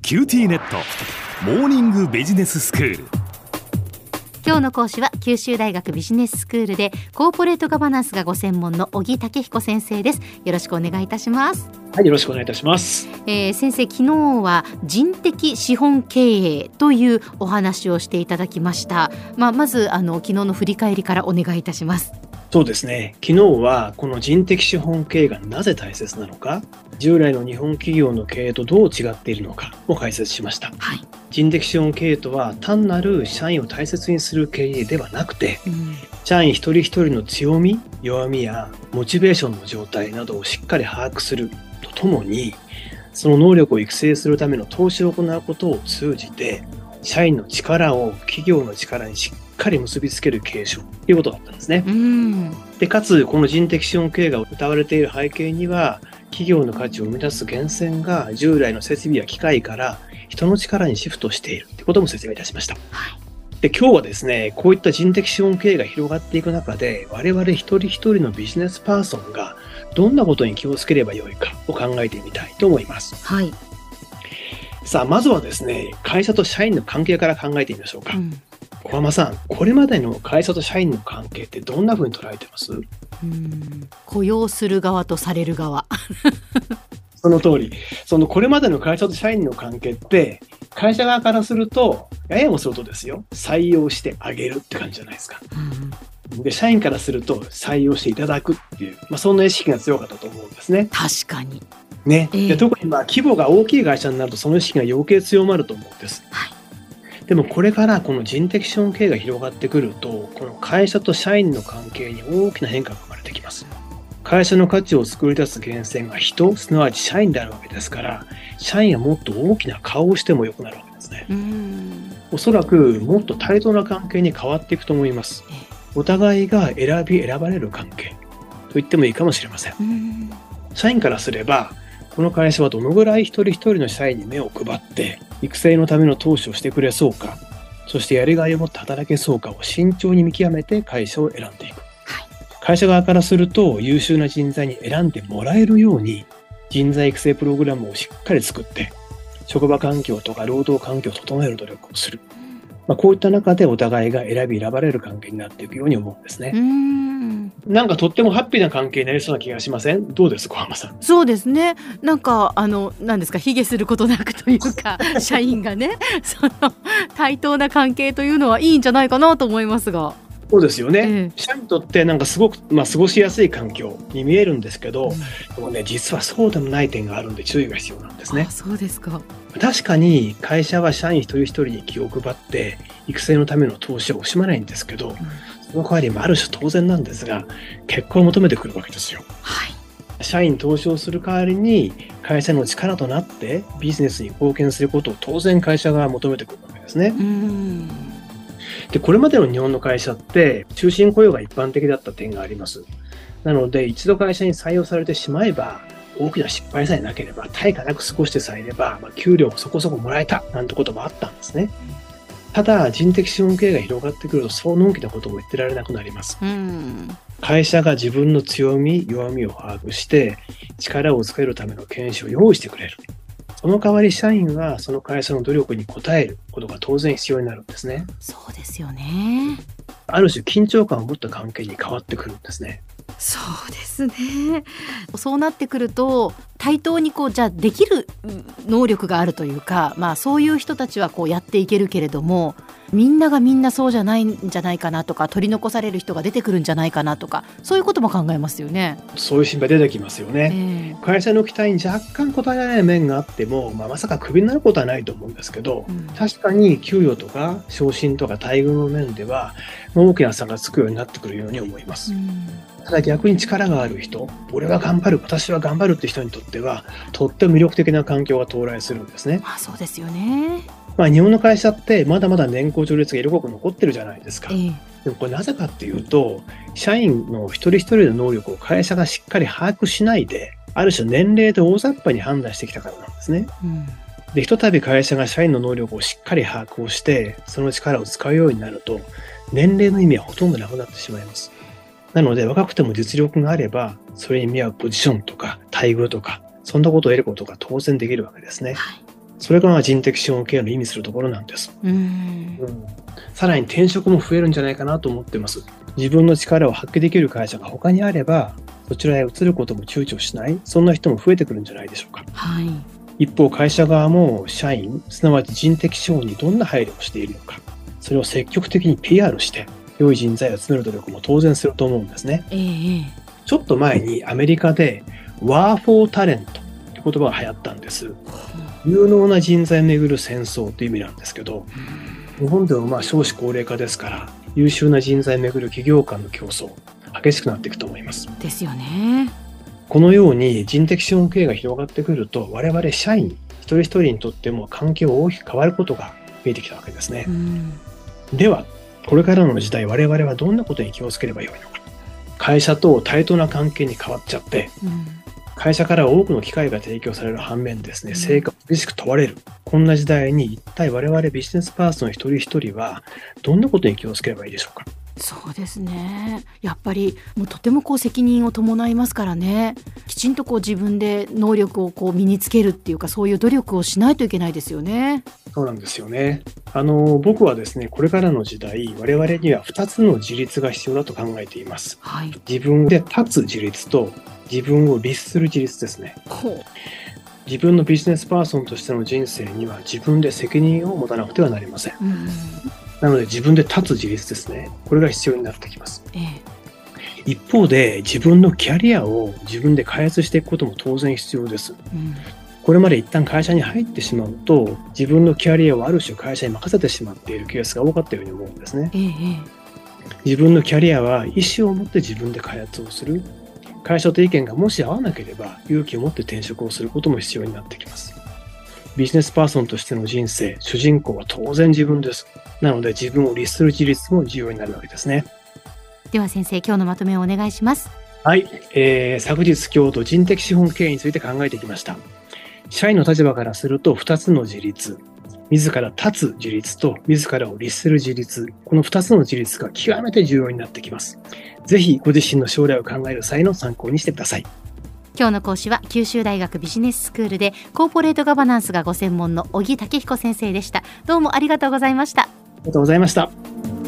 キューティーネットモーニングビジネススクール。 今日の講師は九州大学ビジネススクールでコーポレートガバナンスがご専門の小木武彦先生です。よろしくお願いいたします。 はい、よろしくお願いいたします。 先生、昨日は人的資本経営というお話をしていただきました。まず昨日の振り返りからお願いいたします。 そうですね、昨日はこの人的資本経営がなぜ大切なのか、従来の日本企業の経営とどう違っているのかを解説しました。 はい、 人的資本経営とは単なる社員を大切にする経営ではなくて、社員一人一人の強み、弱みやモチベーションの状態などをしっかり把握するとともに、その能力を育成するための投資を行うことを通じて、社員の力を企業の力にしっかり結びつける経営者ということだったんですね。でかつこの人的資本経営が謳われている背景には、企業の価値を生み出す源泉が従来の設備や機械から人の力にシフトしているということも説明いたしました。で今日はですね、こういった人的資本経営が広がっていく中で、我々一人一人のビジネスパーソンがどんなことに気をつければよいかを考えてみたいと思います。 はい、 さあまずはですね、会社と社員の関係から考えてみましょうか。小浜さん、これまでの会社と社員の関係ってどんな風に捉えてます？ 雇用する側とされる側その通り。これまでの会社と社員の関係って、会社側からするとややもするとですよ、採用してあげるって感じじゃないですか。で社員からすると採用していただくっていう、そんな意識が強かったと思うんですね。 確かにね。で特に規模が大きい会社になるとその意識が余計強まると思うんです。でもこれからこの人的資本経営が広がってくると、この会社と社員の関係に大きな変化が生まれてきます。会社の価値を作り出す源泉が人、すなわち社員であるわけですから、社員はもっと大きな顔をしても良くなるわけですね。おそらくもっと対等な関係に変わっていくと思います。お互いが選ばれる関係と言ってもいいかもしれません。社員からすれば、この会社はどのぐらい一人一人の社員に目を配って育成のための投資をしてくれそうか、そしてやりがいを持って働けそうかを慎重に見極めて会社を選んでいく。会社側からすると優秀な人材に選んでもらえるように人材育成プログラムをしっかり作って、職場環境とか労働環境を整える努力をする。こういった中でお互いが選ばれる関係になっていくように思うんですね。なんかとってもハッピーな関係になりそうな気がしません？どうです、小浜さん？ そうですね。なんか何ですか、卑下することなくというか社員がね対等な関係というのはいいんじゃないかなと思いますが。 そうですよね。社員にとってなんかすごく、過ごしやすい環境に見えるんですけど、でもね、実はそうでもない点があるんで注意が必要なんですね。 そうですか。 確かに会社は社員一人一人に気を配って育成のための投資を惜しまないんですけど、その代わりある種当然なんですが、結果を求めてくるわけですよ。社員に投資をする代わりに会社の力となってビジネスに貢献することを当然会社が求めてくるわけですね。でこれまでの日本の会社って終身雇用が一般的だった点があります。なので一度会社に採用されてしまえば、大きな失敗さえなければ、対価なく過ごしてさえいれば、給料もそこそこもらえたなんてこともあったんですね。ただ人的資本経営が広がってくると、そうのんきなことも言ってられなくなります。会社が自分の強み弱みを把握して力をつけるための研修を用意してくれる。その代わり社員はその会社の努力に応えることが当然必要になるんですね。 そうですよね。 ある種緊張感を持った関係に変わってくるんですね。 そうですね。そうなってくると対等にじゃあできる能力があるというか、そういう人たちはやっていけるけれども、みんながみんなそうじゃないんじゃないかなとか、取り残される人が出てくるんじゃないかなとか、そういうことも考えますよね。 そういう心配出てきますよね。会社の期待に若干応えられない面があっても、まさかクビになることはないと思うんですけど、確かに給与とか昇進とか待遇の面では大きな差がつくようになってくるように思います。ただ逆に力がある人、俺は頑張る、私は頑張るって人にとってはとっても魅力的な環境が到来するんですね。 そうですよね。 日本の会社ってまだまだ年功序列が色濃く残ってるじゃないですか。でもこれなぜかっていうと、社員の一人一人の能力を会社がしっかり把握しないで、ある種年齢で大雑把に判断してきたからなんですね。で、ひとたび会社が社員の能力をしっかり把握をして、その力を使うようになると、年齢の意味はほとんどなくなってしまいます。なので、若くても実力があれば、それに見合うポジションとか待遇とか、そんなことを得ることが当然できるわけですね。 それが人的資本経営の意味するところなんです。さらに転職も増えるんじゃないかなと思ってます。自分の力を発揮できる会社が他にあれば、そちらへ移ることも躊躇しない、そんな人も増えてくるんじゃないでしょうか。 はい、 一方、会社側も社員、すなわち人的資本にどんな配慮をしているのか、それを積極的に PR して、良い人材を集める努力も当然すると思うんですね。ちょっと前にアメリカで War for Talent という言葉が流行ったんです。有能な人材をめぐる戦争という意味なんですけど、日本でも少子高齢化ですから、優秀な人材をめぐる企業間の競争、激しくなっていくと思います。 ですよね。 このように人的資本経営が広がってくると、我々社員一人一人にとっても環境が大きく変わることが見えてきたわけですね。では、これからの時代、我々はどんなことに気をつければよいのか。会社と対等な関係に変わっちゃって、会社から多くの機会が提供される反面ですね、成果を厳しく問われる。こんな時代に一体我々ビジネスパーソン一人一人はどんなことに気をつければいいでしょうか。 そうですね。やっぱりもうとても責任を伴いますからね。きちんと自分で能力を身につけるっていうか、そういう努力をしないといけないですよね。 そうなんですよね。僕はですね、これからの時代、我々には2つの自立が必要だと考えています。 はい、 自分で立つ自立と自分を律する自立ですね。自分のビジネスパーソンとしての人生には自分で責任を持たなくてはなりません。なので自分で立つ自立ですね。これが必要になってきます。一方で自分のキャリアを自分で開発していくことも当然必要です。これまで一旦会社に入ってしまうと、自分のキャリアをある種会社に任せてしまっているケースが多かったように思うんですね。自分のキャリアは意思を持って自分で開発をする。会社と意見がもし合わなければ勇気を持って転職をすることも必要になってきます。ビジネスパーソンとしての人生、主人公は当然自分です。なので自分を律する自立も重要になるわけですね。 では先生、今日のまとめをお願いします。 はい、昨日今日と人的資本経営について考えてきました。社員の立場からすると2つの自立、自ら立つ自立と自らを律する自立、この2つの自立が極めて重要になってきます。ぜひご自身の将来を考える際の参考にしてください。 今日の講師は九州大学ビジネススクールでコーポレートガバナンスがご専門の小木武彦先生でした。どうもありがとうございました。 ありがとうございました。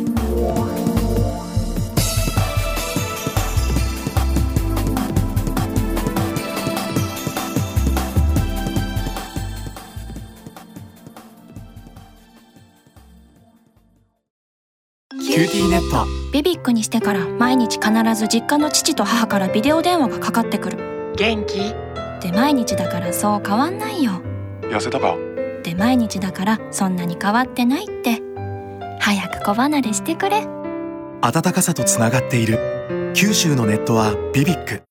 キューティーネットビビックにしてから毎日必ず実家の父と母からビデオ電話がかかってくる。 元気で毎日だからそう変わんないよ。 痩せたかで毎日だからそんなに変わってないって。早く子離れしてくれ。 温かさとつながっている九州のネットはビビック。